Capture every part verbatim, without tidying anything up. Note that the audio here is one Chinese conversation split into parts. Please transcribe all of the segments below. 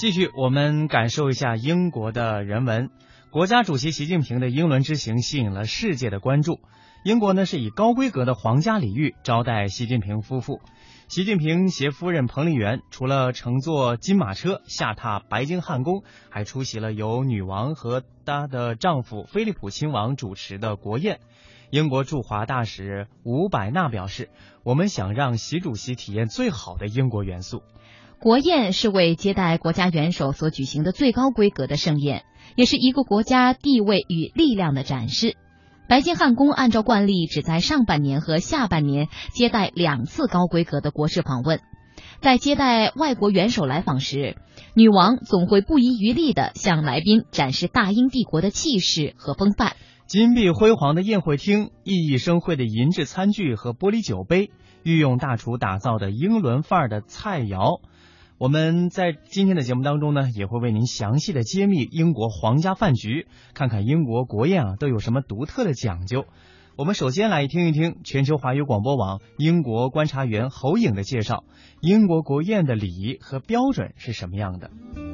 继续，我们感受一下英国的人文。国家主席习近平的英伦之行吸引了世界的关注。英国呢是以高规格的皇家礼遇招待习近平夫妇。习近平携夫人彭丽媛除了乘坐金马车下榻白金汉宫，还出席了由女王和她的丈夫菲利普亲王主持的国宴。英国驻华大使伍百纳表示，我们想让习主席体验最好的英国元素。 国宴是为接待国家元首所举行的最高规格的盛宴，也是一个国家地位与力量的展示。白金汉宫按照惯例只在上半年和下半年接待两次高规格的国事访问。在接待外国元首来访时，女王总会不遗余力地向来宾展示大英帝国的气势和风范。 金碧辉煌的宴会厅，熠熠生辉的银质餐具和玻璃酒杯，御用大厨打造的英伦范儿的菜肴。我们在今天的节目当中呢，也会为您详细的揭秘英国皇家饭局，看看英国国宴啊都有什么独特的讲究。我们首先来听一听全球华语广播网英国观察员侯颖的介绍，英国国宴的礼仪和标准是什么样的。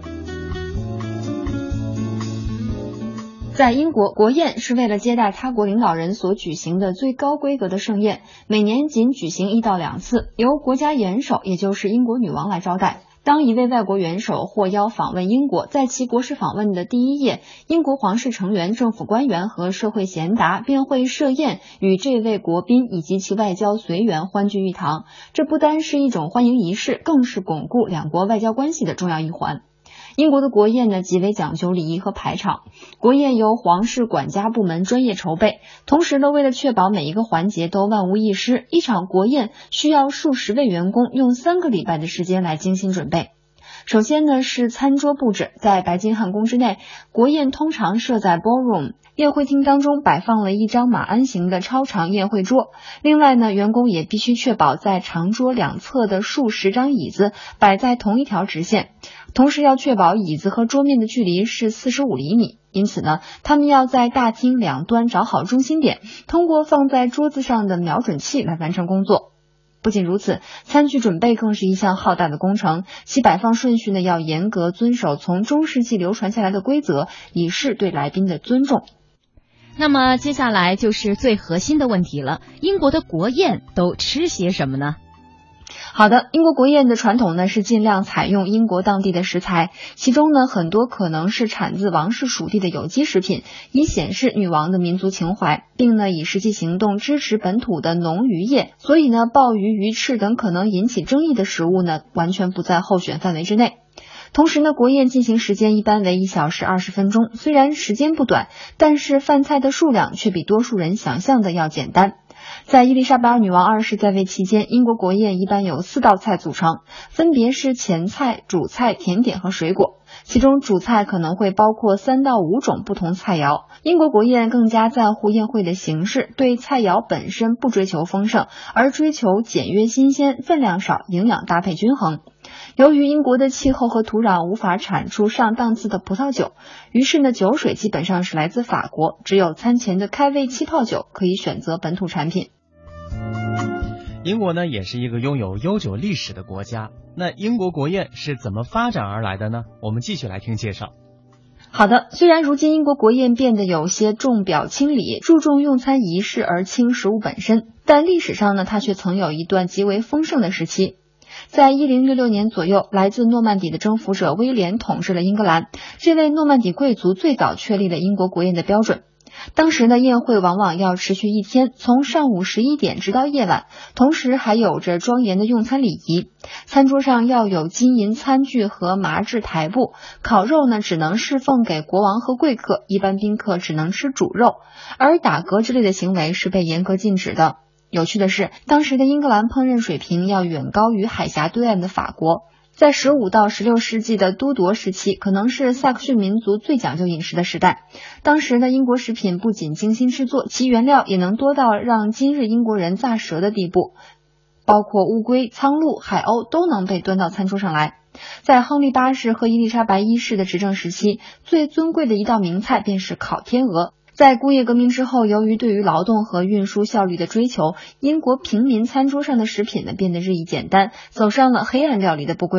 在英国，国宴是为了接待他国领导人所举行的最高规格的盛宴，每年仅举行一到两次，由国家元首，也就是英国女王来招待。当一位外国元首获邀访问英国，在其国事访问的第一夜，英国皇室成员、政府官员和社会贤达便会设宴，与这位国宾以及其外交随员欢聚一堂。这不单是一种欢迎仪式，更是巩固两国外交关系的重要一环。英国的国宴呢极为讲究礼仪和排场，国宴由皇室管家部门专业筹备，同时呢，为了确保每一个环节都万无一失，一场国宴需要数十位员工用三个礼拜的时间来精心准备。首先呢是餐桌布置，在白金汉宫之内，国宴通常设在 ballroom。宴会厅当中摆放了一张马鞍形的超长宴会桌，另外呢，员工也必须确保在长桌两侧的数十张椅子摆在同一条直线，同时要确保椅子和桌面的距离是四十五厘米。因此呢，他们要在大厅两端找好中心点，通过放在桌子上的瞄准器来完成工作。不仅如此，餐具准备更是一项浩大的工程，其摆放顺序呢要严格遵守从中世纪流传下来的规则，以示对来宾的尊重。 那么接下来就是最核心的问题了，英国的国宴都吃些什么呢？ 好的，英国国宴的传统呢是尽量采用英国当地的食材，其中呢很多可能是产自王室属地的有机食品，以显示女王的民族情怀，并呢以实际行动支持本土的农渔业。所以呢，鲍鱼、鱼翅等可能引起争议的食物呢，完全不在候选范围之内。同时呢，国宴进行时间一般为一小时二十分钟，虽然时间不短，但是饭菜的数量却比多数人想象的要简单。在伊丽莎白二女王二世在位期间，英国国宴一般由四道菜组成，分别是前菜、主菜、甜点和水果。其中主菜可能会包括三到五种不同菜肴。英国国宴更加在乎宴会的形式，对菜肴本身不追求丰盛，而追求简约新鲜、分量少、营养搭配均衡。由于英国的气候和土壤无法产出上档次的葡萄酒，于是呢，酒水基本上是来自法国，只有餐前的开胃气泡酒可以选择本土产品。 英国呢也是一个拥有悠久历史的国家，那英国国宴是怎么发展而来的呢？我们继续来听介绍。 好的，虽然如今英国国宴变得有些重表轻礼，注重用餐仪式而轻食物本身，但历史上呢，它却曾有一段极为丰盛的时期。在一零六六年左右，来自诺曼底的征服者威廉统治了英格兰，这位诺曼底贵族最早确立了英国国宴的标准。当时的宴会往往要持续一天，从上午十一点直到夜晚，同时还有着庄严的用餐礼仪。餐桌上要有金银餐具和麻制台布，烤肉呢只能侍奉给国王和贵客，一般宾客只能吃煮肉，而打嗝之类的行为是被严格禁止的。有趣的是，当时的英格兰烹饪水平要远高于海峡对岸的法国。在十五到十六世纪的都铎时期，可能是萨克逊民族最讲究饮食的时代。当时的英国食品不仅精心制作，其原料也能多到让今日英国人咂舌的地步，包括乌龟、苍鹭、海鸥都能被端到餐桌上来。在亨利八世和伊丽莎白一世的执政时期，最尊贵的一道名菜便是烤天鹅。在工业革命之后，由于对于劳动和运输效率的追求，英国平民餐桌上的食品呢变得日益简单，走上了黑暗料理的不归路。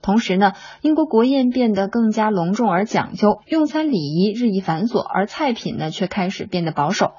同时呢，英国国宴变得更加隆重而讲究，用餐礼仪日益繁琐，而菜品呢却开始变得保守。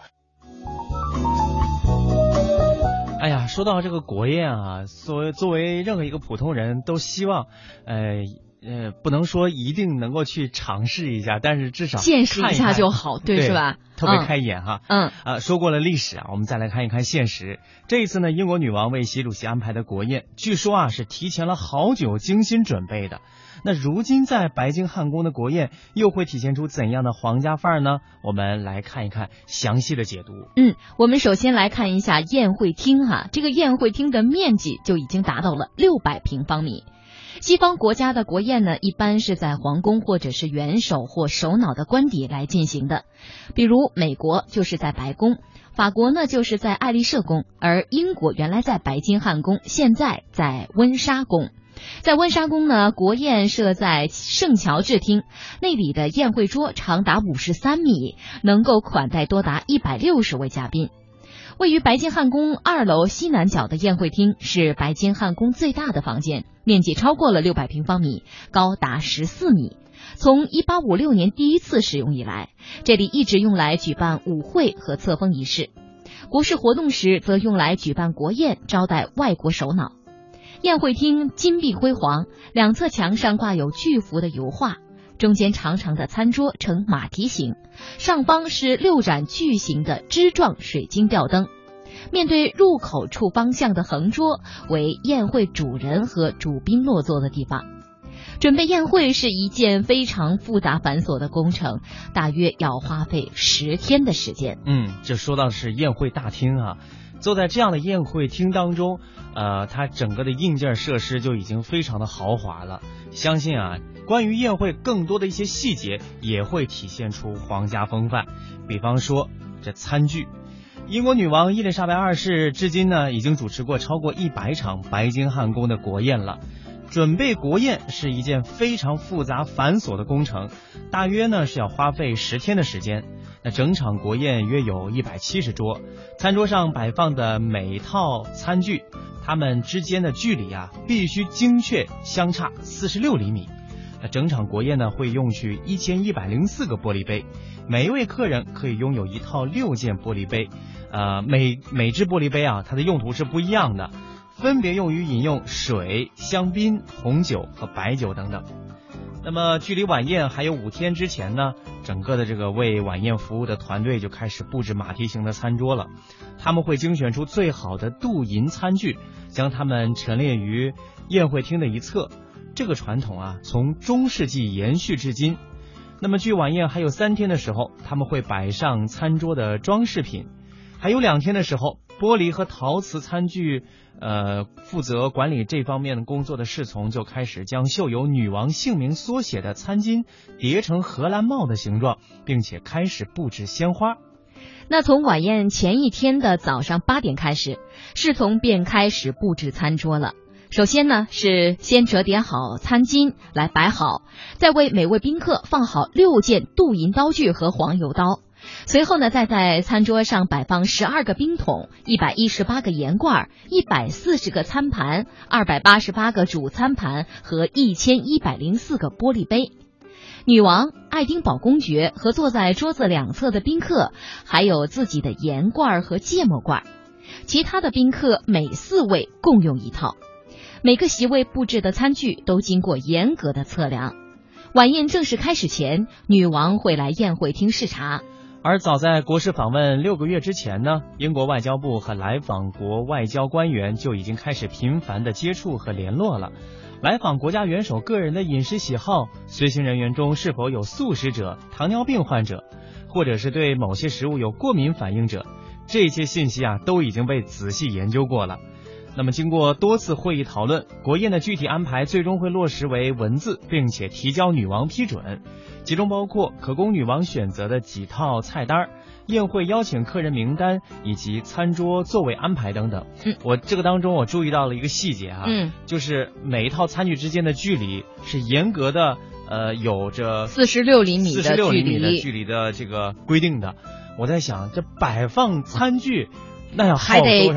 哎呀，说到这个国宴啊，作为作为任何一个普通人都希望，呃呃，不能说一定能够去尝试一下，但是至少见识一下就好，对， 对是吧？ 特别开眼哈。 嗯， 啊，说过了历史啊，我们再来看一看现实。这一次呢，英国女王为习主席安排的国宴，据说啊是提前了好久精心准备的。那如今在白金汉宫的国宴又会体现出怎样的皇家范儿呢？我们来看一看详细的解读。 嗯，我们首先来看一下宴会厅哈，这个宴会厅的面积就已经达到了六百平方米。西方国家的国宴呢，一般是在皇宫或者是元首或首脑的官邸来进行的，比如美国就是在白宫，法国呢就是在爱丽舍宫，而英国原来在白金汉宫，现在在温莎宫。在温莎宫呢，国宴设在圣乔治厅，那里的宴会桌长达五十三米，能够款待多达一百六十位嘉宾。位于白金汉宫二楼西南角的宴会厅是白金汉宫最大的房间，面积超过了六百平方米，高达十四米。从一八五六年第一次使用以来，这里一直用来举办舞会和册封仪式，国事活动时则用来举办国宴，招待外国首脑。宴会厅金碧辉煌，两侧墙上挂有巨幅的油画，中间长长的餐桌呈马蹄形，上方是六盏巨型的枝状水晶吊灯。面对入口处方向的横桌为宴会主人和主宾落座的地方。准备宴会是一件非常复杂繁琐的工程，大约要花费十天的时间。 嗯，这说到的是宴会大厅啊。坐在这样的宴会厅当中，呃，它整个的硬件设施就已经非常的豪华了。相信啊，关于宴会更多的一些细节也会体现出皇家风范。比方说这餐具，英国女王伊丽莎白二世至今呢已经主持过超过一百场白金汉宫的国宴了。准备国宴是一件非常复杂繁琐的工程，大约呢是要花费十天的时间。那整场国宴约有一百七十桌，餐桌上摆放的每套餐具，它们之间的距离啊必须精确相差四十六厘米。那整场国宴呢会用去一千一百零四个玻璃杯，每一位客人可以拥有一套六件玻璃杯，呃，每每只玻璃杯啊它的用途是不一样的，分别用于饮用水、香槟、红酒和白酒等等。那么距离晚宴还有五天之前呢，整个的这个为晚宴服务的团队就开始布置马蹄形的餐桌了。他们会精选出最好的镀银餐具，将它们陈列于宴会厅的一侧。这个传统啊，从中世纪延续至今。那么距晚宴还有三天的时候，他们会摆上餐桌的装饰品。还有两天的时候，玻璃和陶瓷餐具呃，负责管理这方面工作的侍从就开始将绣有女王姓名缩写的餐巾叠成荷兰帽的形状，并且开始布置鲜花。 那从晚宴前一天的早上八点开始，侍从便开始布置餐桌了。首先呢，是先折叠好餐巾来摆好，再为每位宾客放好六件镀银刀具和黄油刀。随后呢，再在餐桌上摆放十二个冰桶、一百一十八个盐罐、一百四十个餐盘、二百八十八个主餐盘和一千一百零四个玻璃杯。女王、爱丁堡公爵和坐在桌子两侧的宾客，还有自己的盐罐和芥末罐。其他的宾客每四位共用一套。每个席位布置的餐具都经过严格的测量。晚宴正式开始前，女王会来宴会厅视察。 而早在国事访问六个月之前呢，英国外交部和来访国外交官员就已经开始频繁的接触和联络了。来访国家元首个人的饮食喜好，随行人员中是否有素食者、糖尿病患者，或者是对某些食物有过敏反应者，这些信息啊都已经被仔细研究过了。那么经过多次会议讨论，国宴的具体安排最终会落实为文字，并且提交女王批准，其中包括可供女王选择的几套菜单、宴会邀请客人名单以及餐桌座位安排等等。 嗯， 我这个当中我注意到了一个细节啊， 嗯， 就是每一套餐具之间的距离是严格的，呃，有着四十六厘米的距离， 四十六厘米的距离的这个规定的。我在想，这摆放餐具那要耗多少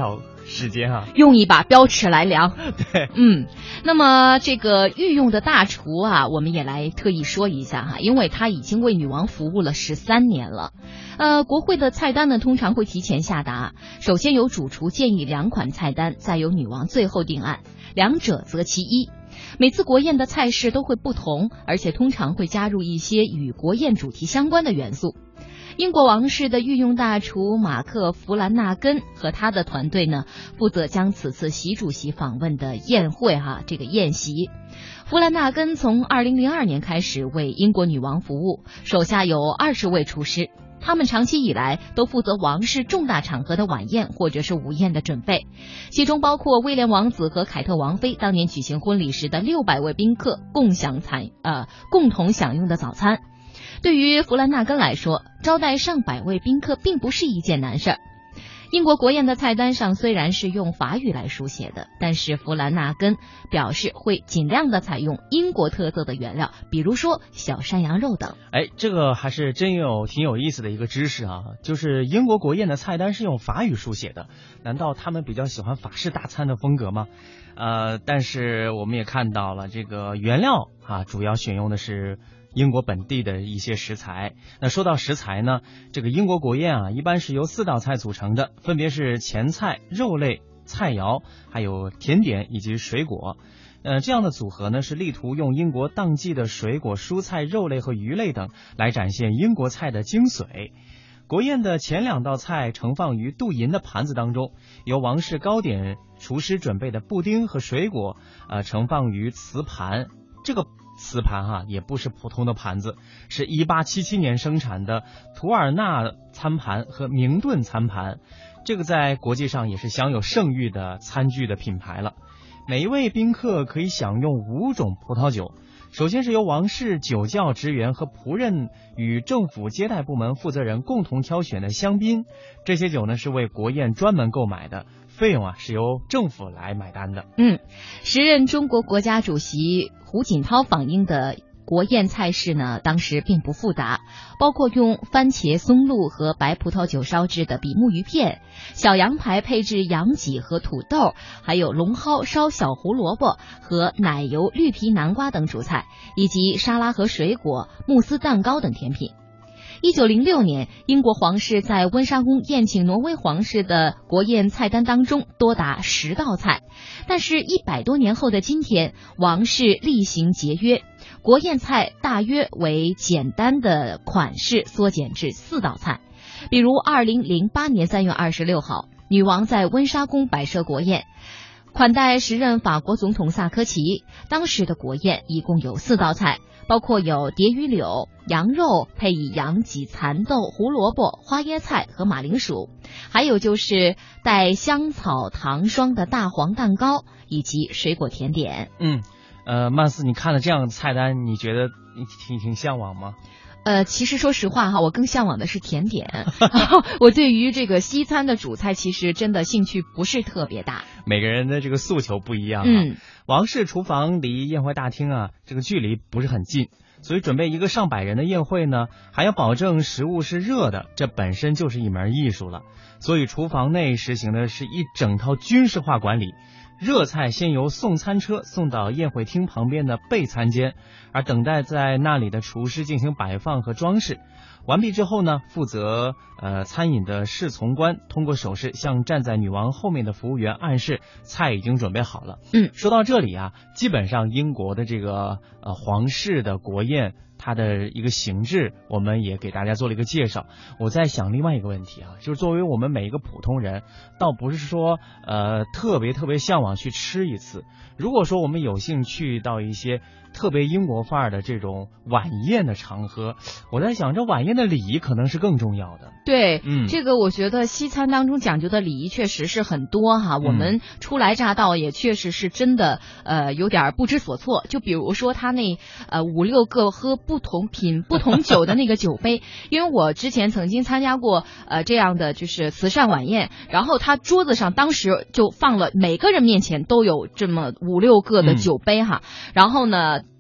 时间啊， 用一把标尺来量。 对， 嗯，那么这个御用的大厨啊，我们也来特意说一下哈，因为他已经为女王服务了十三年了。呃，国会的菜单呢，通常会提前下达，首先由主厨建议两款菜单，再由女王最后定案，两者择其一。每次国宴的菜式都会不同，而且通常会加入一些与国宴主题相关的元素。英国王室的御用大厨马克·弗兰纳根和他的团队呢，负责将此次习主席访问的宴会哈、啊、这个宴席。弗兰纳根从二零零二年开始为英国女王服务，手下有二十位厨师。他们长期以来都负责王室重大场合的晚宴或者是午宴的准备，其中包括威廉王子和凯特王妃当年举行婚礼时的六百位宾客共享餐呃共同享用的早餐。对于弗兰纳根来说，招待上百位宾客并不是一件难事儿。英国国宴的菜单上虽然是用法语来书写的，但是弗兰纳根表示会尽量的采用英国特色的原料，比如说小山羊肉等。 哎，这个还是真有挺有意思的一个知识啊，就是英国国宴的菜单是用法语书写的，难道他们比较喜欢法式大餐的风格吗？呃，但是我们也看到了这个原料啊，主要选用的是英国本地的一些食材。那说到食材呢，这个英国国宴啊，一般是由四道菜组成的，分别是前菜、肉类、菜肴，还有甜点以及水果。呃，这样的组合呢，是力图用英国当季的水果、蔬菜、肉类和鱼类等来展现英国菜的精髓。国宴的前两道菜盛放于镀银的盘子当中，由王室糕点厨师准备的布丁和水果，呃，盛放于瓷盘。这个瓷盘哈、啊、也不是普通的盘子，是一八七七年生产的图尔纳餐盘和明顿餐盘，这个在国际上也是享有盛誉的餐具的品牌了。每一位宾客可以享用五种葡萄酒，首先是由王室酒窖职员和仆人与政府接待部门负责人共同挑选的香槟，这些酒呢是为国宴专门购买的，费用啊是由政府来买单的。 嗯，时任中国国家主席胡锦涛访英的国宴菜式呢，当时并不复杂，包括用番茄、松露和白葡萄酒烧制的比目鱼片，小羊排配置羊脊和土豆，还有龙蒿烧小胡萝卜和奶油绿皮南瓜等主菜，以及沙拉和水果、慕斯蛋糕等甜品。一九零六年，英国皇室在温莎宫宴请挪威皇室的国宴菜单当中多达十道菜，但是一百多年后的今天，王室厉行节约，国宴菜大约为简单的款式缩减至四道菜。比如二零零八年三月二十六号，女王在温莎宫摆设国宴，款待时任法国总统萨科齐。当时的国宴一共有四道菜，包括有蝶鱼柳、羊肉配以羊脊、蚕豆、胡萝卜、花椰菜和马铃薯，还有就是带香草糖霜的大黄蛋糕以及水果甜点。 嗯，呃，曼斯，你看了这样的菜单，你觉得你挺挺向往吗？ 呃，其实说实话哈，我更向往的是甜点。我对于这个西餐的主菜，其实真的兴趣不是特别大。 每个人的这个诉求不一样、啊。 嗯， 王室厨房离宴会大厅啊，这个距离不是很近，所以准备一个上百人的宴会呢，还要保证食物是热的，这本身就是一门艺术了。所以厨房内实行的是一整套军事化管理。热菜先由送餐车送到宴会厅旁边的备餐间，而等待在那里的厨师进行摆放和装饰。完毕之后呢，负责呃餐饮的侍从官通过手势向站在女王后面的服务员暗示菜已经准备好了。 嗯， 说到这里啊，基本上英国的这个呃皇室的国宴它的一个形制，我们也给大家做了一个介绍。我在想另外一个问题啊，就是作为我们每一个普通人，倒不是说呃特别特别向往去吃一次。如果说我们有幸去到一些特别英国范儿的这种晚宴的场合，我在想这晚宴的礼仪可能是更重要的。 对， 嗯， 这个我觉得西餐当中讲究的礼仪确实是很多哈，我们初来乍到也确实是真的呃有点不知所措。就比如说他那呃五六个喝不同品不同酒的那个酒杯，因为我之前曾经参加过呃这样的就是慈善晚宴，然后他桌子上当时就放了每个人面前都有这么五六个的酒杯哈，嗯、然后呢。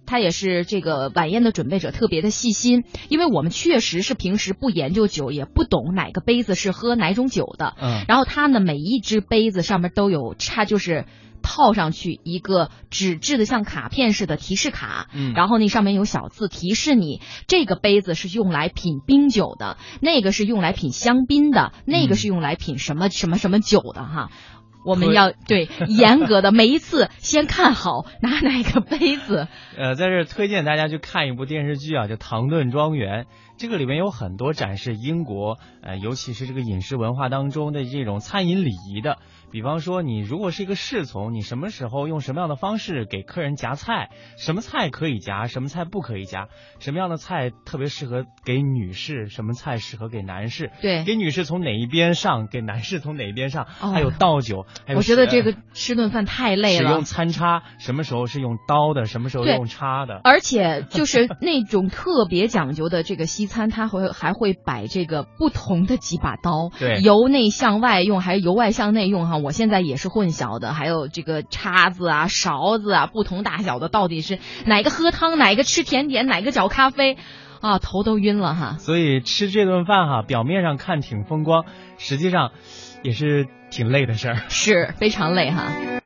他也是这个晚宴的准备者特别的细心，因为我们确实是平时不研究酒，也不懂哪个杯子是喝哪种酒的。 嗯， 然后他呢，每一只杯子上面都有插，就是套上去一个纸质的像卡片似的提示卡， 嗯， 然后那上面有小字提示你，这个杯子是用来品冰酒的，那个是用来品香槟的，那个是用来品什么什么什么酒的哈。我们要对严格的每一次先看好拿哪个杯子。 呃，在这儿推荐大家去看一部电视剧啊，叫《唐顿庄园》。这个里面有很多展示英国呃，尤其是这个饮食文化当中的这种餐饮礼仪的。比方说，你如果是一个侍从，你什么时候用什么样的方式给客人夹菜，什么菜可以夹，什么菜不可以夹，什么样的菜特别适合给女士，什么菜适合给男士。 对， 给女士从哪一边上，给男士从哪一边上， 哦、 还有倒酒。还有我觉得这个吃顿饭太累了。 使用餐叉，什么时候是用刀的，什么时候用叉的。 而且就是那种特别讲究的这个西餐，它会还会摆这个不同的几把刀， 对， 由内向外用还是由外向内用哈？我现在也是混淆的。还有这个叉子啊、勺子啊，不同大小的，到底是哪个喝汤，哪个吃甜点，哪个搅咖啡啊，头都晕了哈。 所以吃这顿饭哈，表面上看挺风光，实际上也是挺累的事儿， 是非常累哈。